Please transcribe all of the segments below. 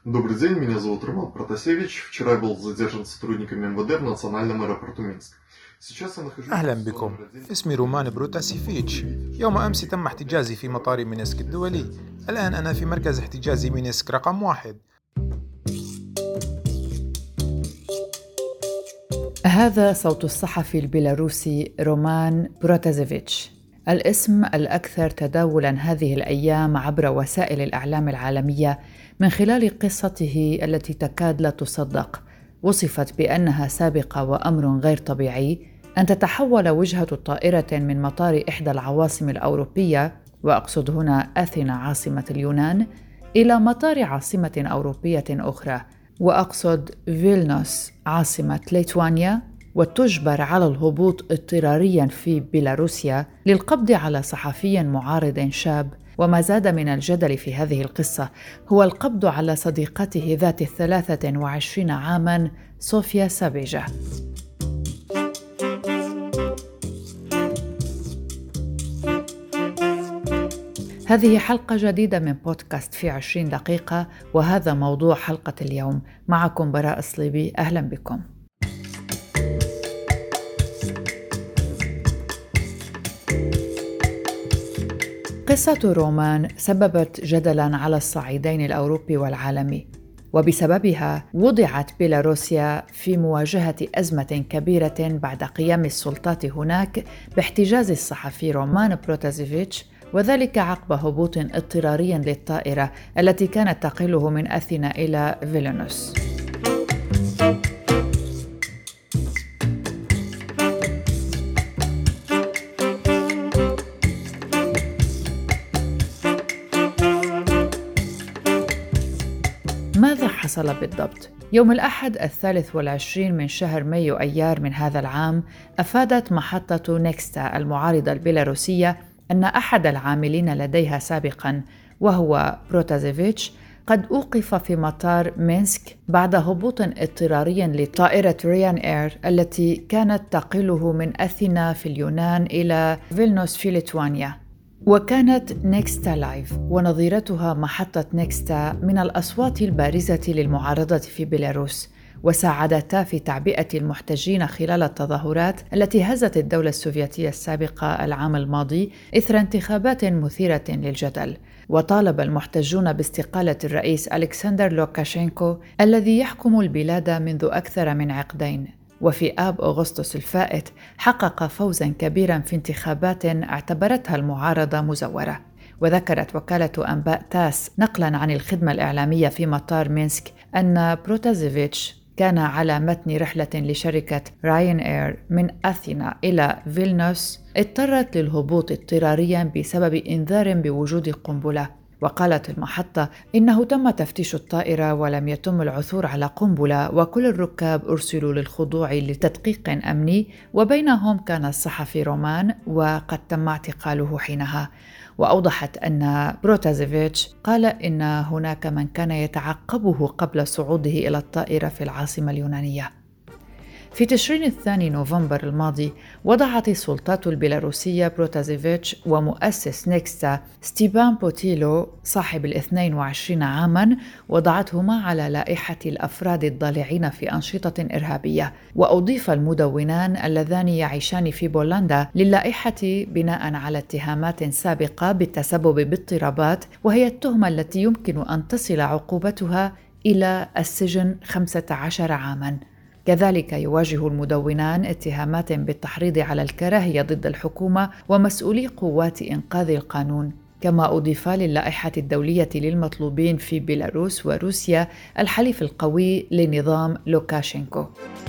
Добрый день, меня зовут Роман Протасевич. Вчера я был задержан сотрудниками МВД в национальном аэропорту Минск. Сейчас я нахожусь أهلا в بكم. родине. اسمي رومان بروتاسيفيتش. يوم أمس تم احتجازي في مطار مينسك الدولي. الآن أنا في مركز احتجاز مينسك رقم 1. هذا صوت الصحفي البيلاروسي رومان بروتازيفيتش، الاسم الأكثر تداولاً هذه الأيام عبر وسائل الإعلام العالمية من خلال قصته التي تكاد لا تصدق. وصفت بأنها سابقة وأمر غير طبيعي أن تتحول وجهة طائرة من مطار إحدى العواصم الأوروبية، وأقصد هنا أثينا عاصمة اليونان، إلى مطار عاصمة أوروبية أخرى، وأقصد فيلنوس عاصمة ليتوانيا، وتجبر على الهبوط اضطرارياً في بيلاروسيا للقبض على صحفي معارض شاب. وما زاد من الجدل في هذه القصة هو القبض على صديقته ذات 23 عاماً صوفيا سابيجا. هذه حلقة جديدة من بودكاست في 20 دقيقة، وهذا موضوع حلقة اليوم. معكم براء الصليبي، أهلا بكم. قصة رومان سببت جدلاً على الصعيدين الأوروبي والعالمي، وبسببها وضعت بيلاروسيا في مواجهة أزمة كبيرة بعد قيام السلطات هناك باحتجاز الصحفي رومان بروتازيفيتش، وذلك عقب هبوط اضطراري للطائرة التي كانت تقله من أثينا إلى فيلنوس. ماذا حصل بالضبط؟ يوم الأحد 23 من شهر مايو أيار من هذا العام، أفادت محطة نيكستا المعارضة البيلاروسية أن أحد العاملين لديها سابقاً، وهو بروتازيفيتش، قد أوقف في مطار مينسك بعد هبوط اضطراري لطائرة ريان إير التي كانت تقله من أثينا في اليونان إلى فيلنوس في ليتوانيا. وكانت نيكستا لايف ونظيرتها محطة نيكستا من الأصوات البارزة للمعارضة في بيلاروس، وساعدتا في تعبئة المحتجين خلال التظاهرات التي هزت الدولة السوفيتية السابقة العام الماضي إثر انتخابات مثيرة للجدل. وطالب المحتجون باستقالة الرئيس ألكسندر لوكاشينكو الذي يحكم البلاد منذ أكثر من عقدين. وفي آب أغسطس الفائت حقق فوزاً كبيراً في انتخابات اعتبرتها المعارضة مزورة. وذكرت وكالة أنباء تاس نقلاً عن الخدمة الإعلامية في مطار مينسك أن بروتازيفيتش كان على متن رحلة لشركة راين إير من أثينا إلى فيلنوس اضطرت للهبوط اضطرارياً بسبب إنذار بوجود قنبلة. وقالت المحطة إنه تم تفتيش الطائرة ولم يتم العثور على قنبلة، وكل الركاب أرسلوا للخضوع لتدقيق أمني، وبينهم كان الصحفي رومان، وقد تم اعتقاله حينها. وأوضحت أن بروتازيفيتش قال إن هناك من كان يتعقبه قبل صعوده إلى الطائرة في العاصمة اليونانية. في تشرين الثاني نوفمبر الماضي وضعت السلطات البيلاروسية بروتازيفيتش ومؤسس نيكستا ستيبان بوتيلو صاحب 22 عاماً، وضعتهما على لائحة الأفراد الضالعين في أنشطة إرهابية. وأضيف المدونان اللذان يعيشان في بولندا للائحة بناء على اتهامات سابقة بالتسبب باضطرابات، وهي التهمة التي يمكن أن تصل عقوبتها إلى السجن 15 عاماً. كذلك يواجه المدونان اتهامات بالتحريض على الكراهية ضد الحكومة ومسؤولي قوات إنقاذ القانون. كما أضيف للائحة الدولية للمطلوبين في بيلاروس وروسيا الحليف القوي لنظام لوكاشينكو.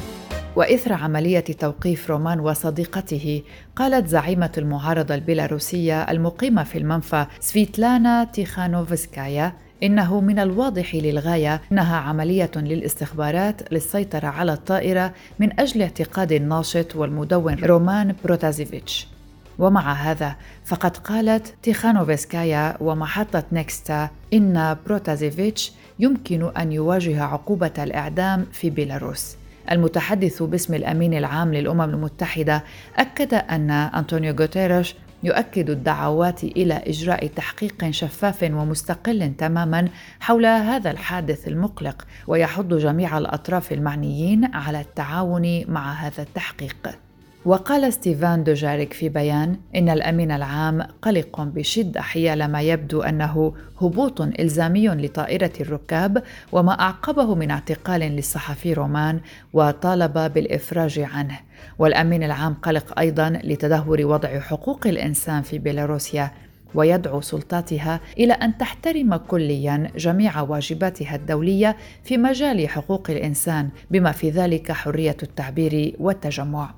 وإثر عملية توقيف رومان وصديقته، قالت زعيمة المعارضة البيلاروسية المقيمة في المنفى سفيتلانا تيخانوفسكايا إنه من الواضح للغاية أنها عملية للاستخبارات للسيطرة على الطائرة من أجل اعتقاد الناشط والمدون رومان بروتازيفيتش. ومع هذا فقد قالت تيخانوفسكايا ومحطة نيكستا إن بروتازيفيتش يمكن أن يواجه عقوبة الإعدام في بيلاروس. المتحدث باسم الأمين العام للأمم المتحدة أكد أن أنطونيو غوتيريش يؤكد الدعوات إلى إجراء تحقيق شفاف ومستقل تماماً حول هذا الحادث المقلق، ويحض جميع الأطراف المعنيين على التعاون مع هذا التحقيق. وقال ستيفان دوجاريك في بيان إن الأمين العام قلق بشدة حيال ما يبدو أنه هبوط إلزامي لطائرة الركاب وما أعقبه من اعتقال للصحفي رومان، وطالب بالإفراج عنه. والأمين العام قلق أيضاً لتدهور وضع حقوق الإنسان في بيلاروسيا، ويدعو سلطاتها إلى أن تحترم كلياً جميع واجباتها الدولية في مجال حقوق الإنسان، بما في ذلك حرية التعبير والتجمع.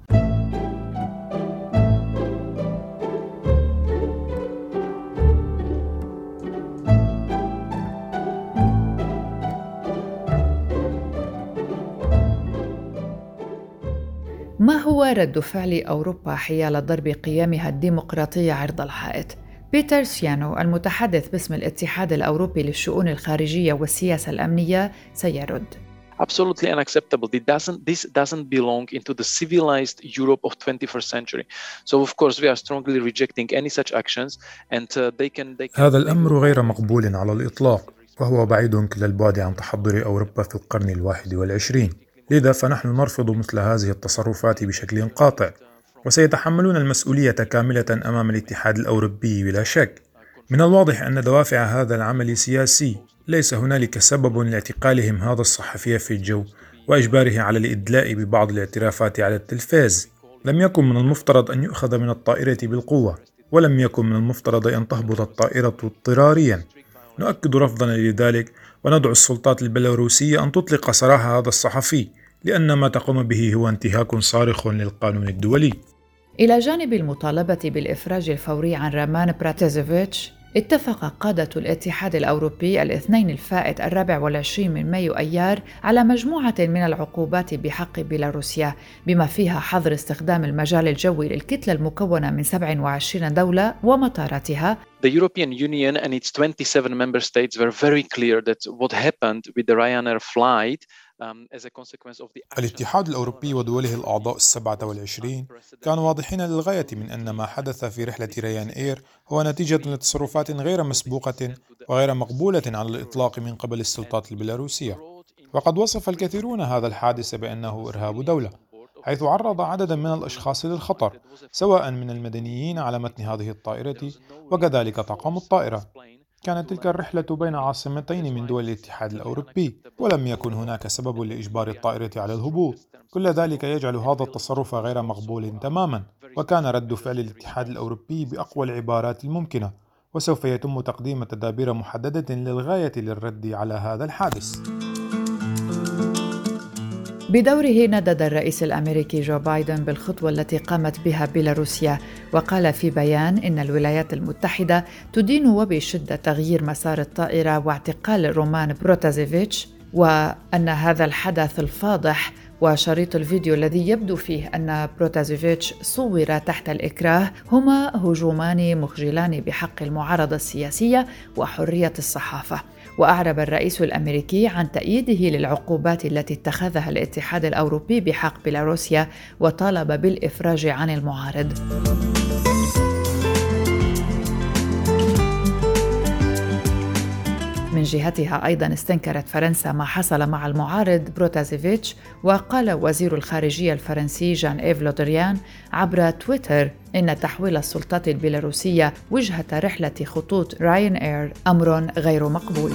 ما هو رد فعل أوروبا حيال ضرب قيمها الديمقراطية عرض الحائط؟ بيتر سيانو المتحدث باسم الاتحاد الأوروبي للشؤون الخارجية والسياسة الأمنية سيرد. Absolutely unacceptable. This doesn't belong into the civilized Europe of 21st century. So of course we are strongly rejecting any such actions and they can هذا الأمر غير مقبول على الإطلاق، وهو بعيد كل البعد عن تحضر أوروبا في القرن 21. لذا فنحن نرفض مثل هذه التصرفات بشكل قاطع، وسيتحملون المسؤولية كاملة أمام الاتحاد الأوروبي بلا شك. من الواضح أن دوافع هذا العمل سياسي، ليس هنالك سبب لاعتقالهم هذا الصحفي في الجو وإجباره على الإدلاء ببعض الاعترافات على التلفاز. لم يكن من المفترض أن يؤخذ من الطائرة بالقوة، ولم يكن من المفترض أن تهبط الطائرة اضطراريا. نؤكد رفضنا لذلك، وندعو السلطات البيلاروسية أن تطلق سراح هذا الصحفي، لأن ما تقوم به هو انتهاك صارخ للقانون الدولي. إلى جانب المطالبة بالإفراج الفوري عن رومان براتيزيفيتش، اتفق قادة الاتحاد الأوروبي الاثنين الفائت 24 من مايو أيار على مجموعة من العقوبات بحق بيلاروسيا، بما فيها حظر استخدام المجال الجوي للكتلة المكونة من 27 دولة ومطاراتها. The European Union and its 27 member states were very clear that what happened with the Ryanair flight as a consequence of the الاتحاد الأوروبي ودوله الأعضاء 27 كانوا واضحين للغاية من أن ما حدث في رحلة ريان إير هو نتيجة لتصرفات غير مسبوقة وغير مقبولة على الإطلاق من قبل السلطات البيلاروسية. وقد وصف الكثيرون هذا الحادث بأنه إرهاب دولة، حيث عرض عددا من الأشخاص للخطر، سواء من المدنيين على متن هذه الطائرة وكذلك طاقم الطائرة. كانت تلك الرحلة بين عاصمتين من دول الاتحاد الأوروبي، ولم يكن هناك سبب لإجبار الطائرة على الهبوط. كل ذلك يجعل هذا التصرف غير مقبول تماما، وكان رد فعل الاتحاد الأوروبي بأقوى العبارات الممكنة، وسوف يتم تقديم تدابير محددة للغاية للرد على هذا الحادث. بدوره ندد الرئيس الأمريكي جو بايدن بالخطوة التي قامت بها بيلاروسيا، وقال في بيان إن الولايات المتحدة تدين وبشدة تغيير مسار الطائرة واعتقال رومان بروتازيفيتش، وأن هذا الحدث الفاضح وشريط الفيديو الذي يبدو فيه أن بروتازيفيتش صور تحت الإكراه هما هجومان مخجلان بحق المعارضة السياسية وحرية الصحافة. وأعرب الرئيس الأمريكي عن تأييده للعقوبات التي اتخذها الاتحاد الأوروبي بحق بيلاروسيا، وطالب بالإفراج عن المعارض. من جهتها أيضاً استنكرت فرنسا ما حصل مع المعارض بروتازيفيتش، وقال وزير الخارجية الفرنسي جان إيف لودريان عبر تويتر إن تحويل السلطات البيلاروسية وجهة رحلة خطوط راين إير أمر غير مقبول.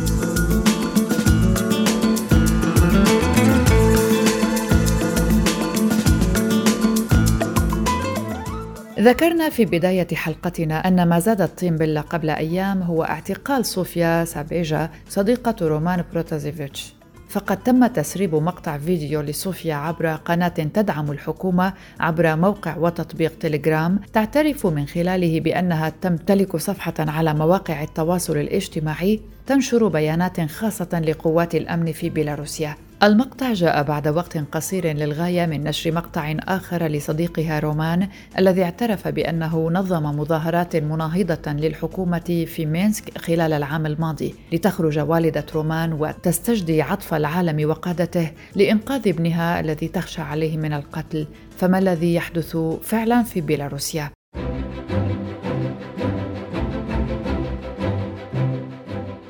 ذكرنا في بداية حلقتنا أن ما زاد الطين بلة قبل أيام هو اعتقال صوفيا سابيجا صديقة رومان بروتازيفيتش. فقد تم تسريب مقطع فيديو لصوفيا عبر قناة تدعم الحكومة عبر موقع وتطبيق تيليجرام، تعترف من خلاله بأنها تمتلك صفحة على مواقع التواصل الاجتماعي تنشر بيانات خاصة لقوات الأمن في بيلاروسيا. المقطع جاء بعد وقت قصير للغاية من نشر مقطع آخر لصديقها رومان الذي اعترف بأنه نظم مظاهرات مناهضة للحكومة في مينسك خلال العام الماضي لتخرج والدة رومان وتستجدي عطف العالم وقادته لإنقاذ ابنها الذي تخشى عليه من القتل. فما الذي يحدث فعلا في بيلاروسيا؟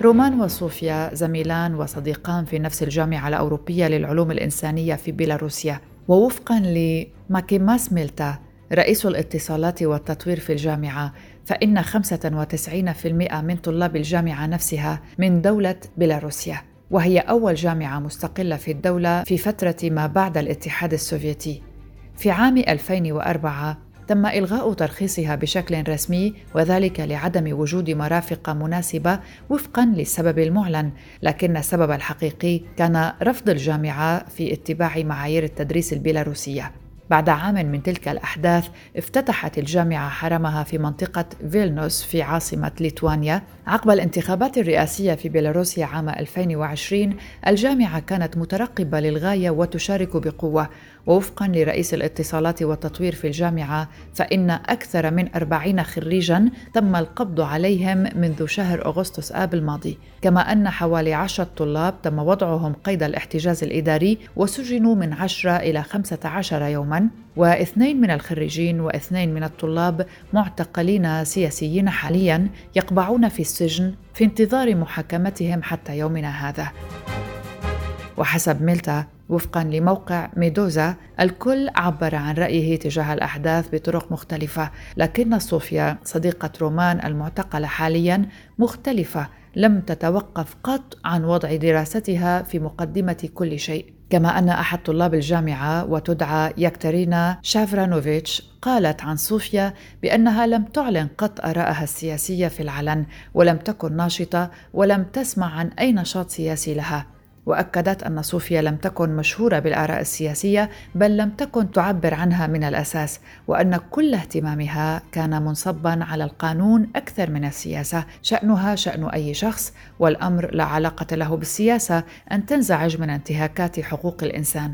رومان وصوفيا زميلان وصديقان في نفس الجامعة الأوروبية للعلوم الإنسانية في بيلاروسيا، ووفقاً لماكيماس ميلتا رئيس الاتصالات والتطوير في الجامعة، فإن 95% من طلاب الجامعة نفسها من دولة بيلاروسيا، وهي أول جامعة مستقلة في الدولة في فترة ما بعد الاتحاد السوفيتي. في عام 2004 تم إلغاء ترخيصها بشكل رسمي، وذلك لعدم وجود مرافق مناسبة وفقاً للسبب المعلن، لكن السبب الحقيقي كان رفض الجامعة في اتباع معايير التدريس البيلاروسية. بعد عام من تلك الأحداث افتتحت الجامعة حرمها في منطقة فيلنوس في عاصمة ليتوانيا. عقب الانتخابات الرئاسية في بيلاروسيا عام 2020 الجامعة كانت مترقبة للغاية وتشارك بقوة، ووفقاً لرئيس الاتصالات والتطوير في الجامعة فإن أكثر من 40 خريجاً تم القبض عليهم منذ شهر أغسطس آب الماضي، كما أن حوالي 10 طلاب تم وضعهم قيد الاحتجاز الإداري وسجنوا من 10 إلى 15 يوماً، و2 من الخريجين و2 من الطلاب معتقلين سياسيين حالياً يقبعون في السجن في انتظار محاكمتهم حتى يومنا هذا. وحسب ميلتا وفقاً لموقع ميدوزا الكل عبر عن رأيه تجاه الأحداث بطرق مختلفة، لكن صوفيا صديقة رومان المعتقلة حالياً مختلفة، لم تتوقف قط عن وضع دراستها في مقدمة كل شيء. كما أن أحد طلاب الجامعة وتدعى يكترينا شافرانوفيتش قالت عن صوفيا بأنها لم تعلن قط آرائها السياسية في العلن، ولم تكن ناشطة ولم تسمع عن أي نشاط سياسي لها. وأكدت أن صوفيا لم تكن مشهورة بالآراء السياسية، بل لم تكن تعبر عنها من الأساس، وأن كل اهتمامها كان منصباً على القانون أكثر من السياسة، شأنها شأن أي شخص، والأمر لا علاقة له بالسياسة أن تنزعج من انتهاكات حقوق الإنسان.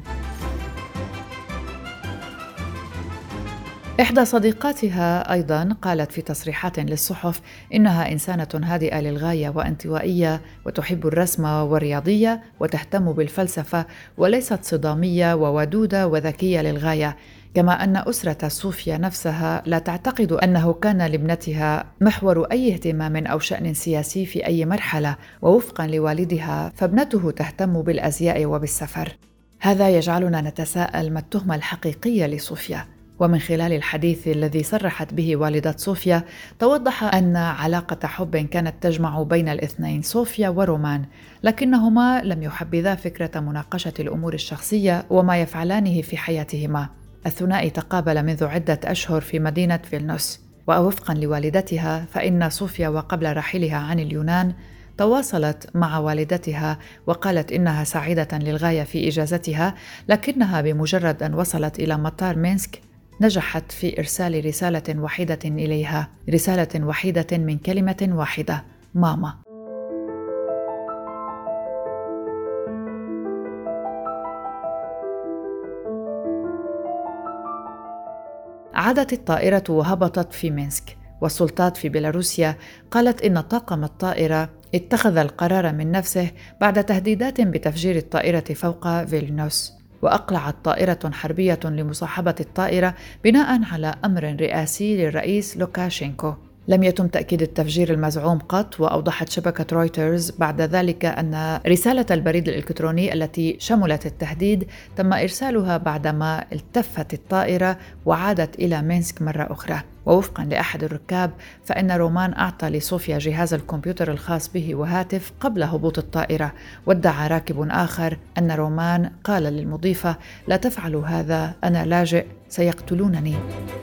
إحدى صديقاتها أيضاً قالت في تصريحات للصحف إنها إنسانة هادئة للغاية وانطوائية وتحب الرسم والرياضية وتهتم بالفلسفة، وليست صدامية وودودة وذكية للغاية. كما أن أسرة صوفيا نفسها لا تعتقد أنه كان لابنتها محور أي اهتمام أو شأن سياسي في أي مرحلة، ووفقاً لوالدها فابنته تهتم بالأزياء وبالسفر. هذا يجعلنا نتساءل ما التهمة الحقيقية لصوفيا. ومن خلال الحديث الذي صرحت به والدة صوفيا توضح أن علاقة حب كانت تجمع بين الاثنين صوفيا ورومان، لكنهما لم يحبذا فكرة مناقشة الأمور الشخصية وما يفعلانه في حياتهما. الثنائي تقابل منذ عدة أشهر في مدينة فيلنوس، ووفقا لوالدتها فإن صوفيا وقبل رحيلها عن اليونان تواصلت مع والدتها وقالت إنها سعيدة للغاية في إجازتها، لكنها بمجرد أن وصلت إلى مطار مينسك نجحت في إرسال رسالة وحيدة إليها، رسالة وحيدة من كلمة واحدة: ماما. عادت الطائرة وهبطت في مينسك، والسلطات في بيلاروسيا قالت إن طاقم الطائرة اتخذ القرار من نفسه بعد تهديدات بتفجير الطائرة فوق فيلنوس، وأقلعت طائرة حربية لمصاحبة الطائرة بناء على أمر رئاسي للرئيس لوكاشينكو. لم يتم تأكيد التفجير المزعوم قط، وأوضحت شبكة رويترز بعد ذلك أن رسالة البريد الإلكتروني التي شملت التهديد تم إرسالها بعدما التفت الطائرة وعادت إلى مينسك مرة أخرى. ووفقاً لأحد الركاب فإن رومان أعطى لصوفيا جهاز الكمبيوتر الخاص به وهاتف قبل هبوط الطائرة، وادعى راكب آخر أن رومان قال للمضيفة: لا تفعلوا هذا، أنا لاجئ، سيقتلونني.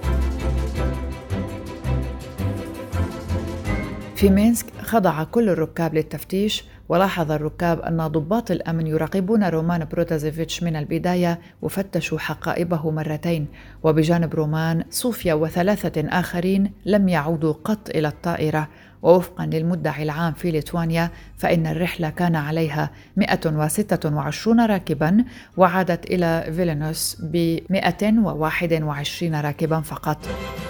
في مينسك خضع كل الركاب للتفتيش، ولاحظ الركاب أن ضباط الأمن يراقبون رومان بروتازيفيتش من البداية وفتشوا حقائبه مرتين. وبجانب رومان صوفيا و3 آخرين لم يعودوا قط إلى الطائرة. ووفقاً للمدعي العام في ليتوانيا فإن الرحلة كان عليها 126 راكباً، وعادت إلى فيلنوس ب 121 راكباً فقط.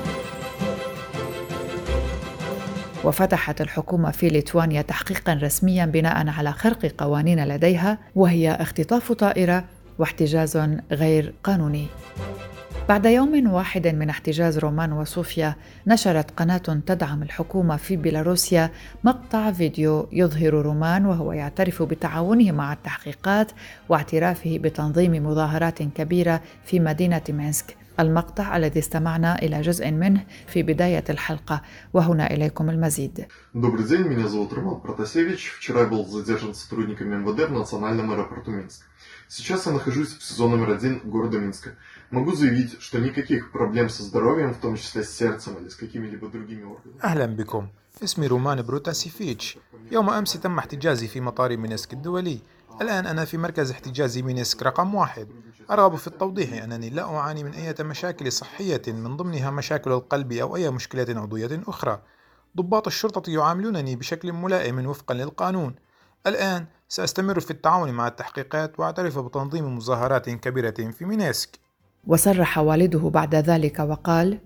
وفتحت الحكومة في ليتوانيا تحقيقاً رسمياً بناء على خرق قوانين لديها، وهي اختطاف طائرة واحتجاز غير قانوني. بعد يوم واحد من احتجاز رومان وصوفيا، نشرت قناة تدعم الحكومة في بيلاروسيا مقطع فيديو يظهر رومان وهو يعترف بتعاونه مع التحقيقات واعترافه بتنظيم مظاهرات كبيرة في مدينة مينسك. المقطع الذي استمعنا إلى جزء منه في بداية الحلقة، وهنا إليكم المزيد. Добрый день, меня зовут Роман Протасевич. Вчера я был задержан сотрудниками МВД в национальном аэропорту Минск. Сейчас я нахожусь в СИЗО номер 1 города Минска. Могу заявить, что никаких проблем со здоровьем, в том числе с сердцем или с какими-либо другими органами. أهلا بكم، اسمي رومان بروتاسيفيتش. يوم أمس تم احتجازي في مطار مينسك الدولي. الآن أنا في مركز احتجاز مينسك رقم 1. أرغب في التوضيح أنني لا أعاني من أي مشاكل صحية من ضمنها مشاكل القلب أو أي مشكلة عضوية أخرى. ضباط الشرطة يعاملونني بشكل ملائم وفقا للقانون. الآن سأستمر في التعاون مع التحقيقات وأعترف بتنظيم مظاهرات كبيرة في مينسك. وصرح والده بعد ذلك وقال: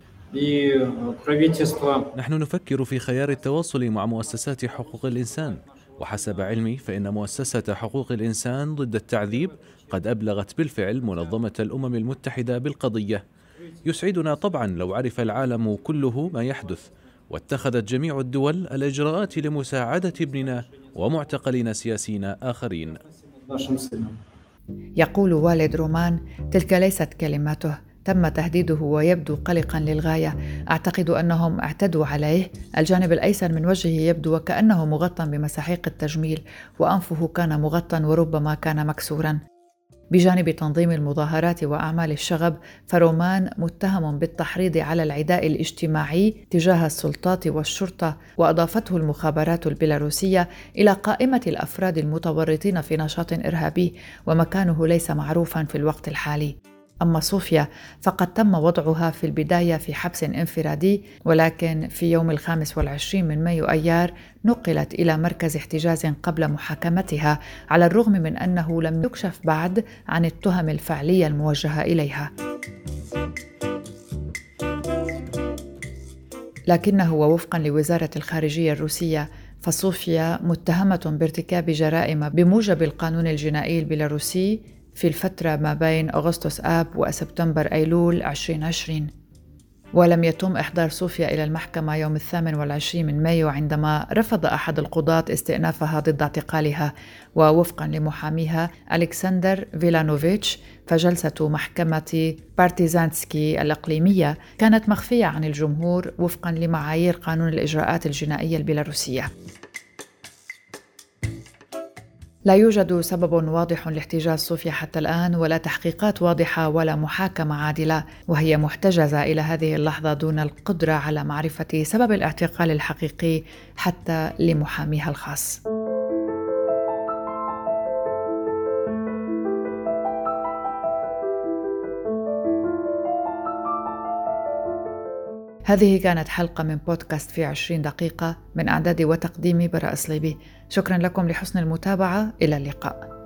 نحن نفكر في خيار التواصل مع مؤسسات حقوق الإنسان، وحسب علمي فإن مؤسسة حقوق الإنسان ضد التعذيب قد أبلغت بالفعل منظمة الأمم المتحدة بالقضية. يسعدنا طبعا لو عرف العالم كله ما يحدث، واتخذت جميع الدول الإجراءات لمساعدة ابننا ومعتقلين سياسيين آخرين. يقول والد رومان: تلك ليست كلماته، تم تهديده ويبدو قلقا للغاية. أعتقد أنهم اعتدوا عليه. الجانب الأيسر من وجهه يبدو وكأنه مغطى بمساحيق التجميل، وأنفه كان مغطى وربما كان مكسورا. بجانب تنظيم المظاهرات وأعمال الشغب، فرومان متهم بالتحريض على العداء الاجتماعي تجاه السلطات والشرطة، وأضافته المخابرات البيلاروسية إلى قائمة الأفراد المتورطين في نشاط إرهابي، ومكانه ليس معروفا في الوقت الحالي. أما صوفيا فقد تم وضعها في البداية في حبس انفرادي، ولكن في يوم 25 من مايو أيار نقلت إلى مركز احتجاز قبل محاكمتها، على الرغم من أنه لم يكشف بعد عن التهم الفعلية الموجهة إليها. لكنه ووفقا لوزارة الخارجية الروسية، فصوفيا متهمة بارتكاب جرائم بموجب القانون الجنائي البيلاروسي في الفترة ما بين أغسطس آب وسبتمبر أيلول 2020. ولم يتم إحضار صوفيا إلى المحكمة يوم 28 من مايو، عندما رفض أحد القضاة استئنافها ضد اعتقالها. ووفقا لمحاميها ألكسندر فيلانوفيتش، فجلسة محكمة بارتيزانسكي الإقليمية كانت مخفية عن الجمهور وفقا لمعايير قانون الإجراءات الجنائية البيلاروسية. لا يوجد سبب واضح لاحتجاز صوفيا حتى الآن، ولا تحقيقات واضحة ولا محاكمة عادلة، وهي محتجزة إلى هذه اللحظة دون القدرة على معرفة سبب الاعتقال الحقيقي حتى لمحاميها الخاص. هذه كانت حلقة من بودكاست في 20 دقيقة من إعداد وتقديم براء صليبي. شكرا لكم لحسن المتابعة. إلى اللقاء.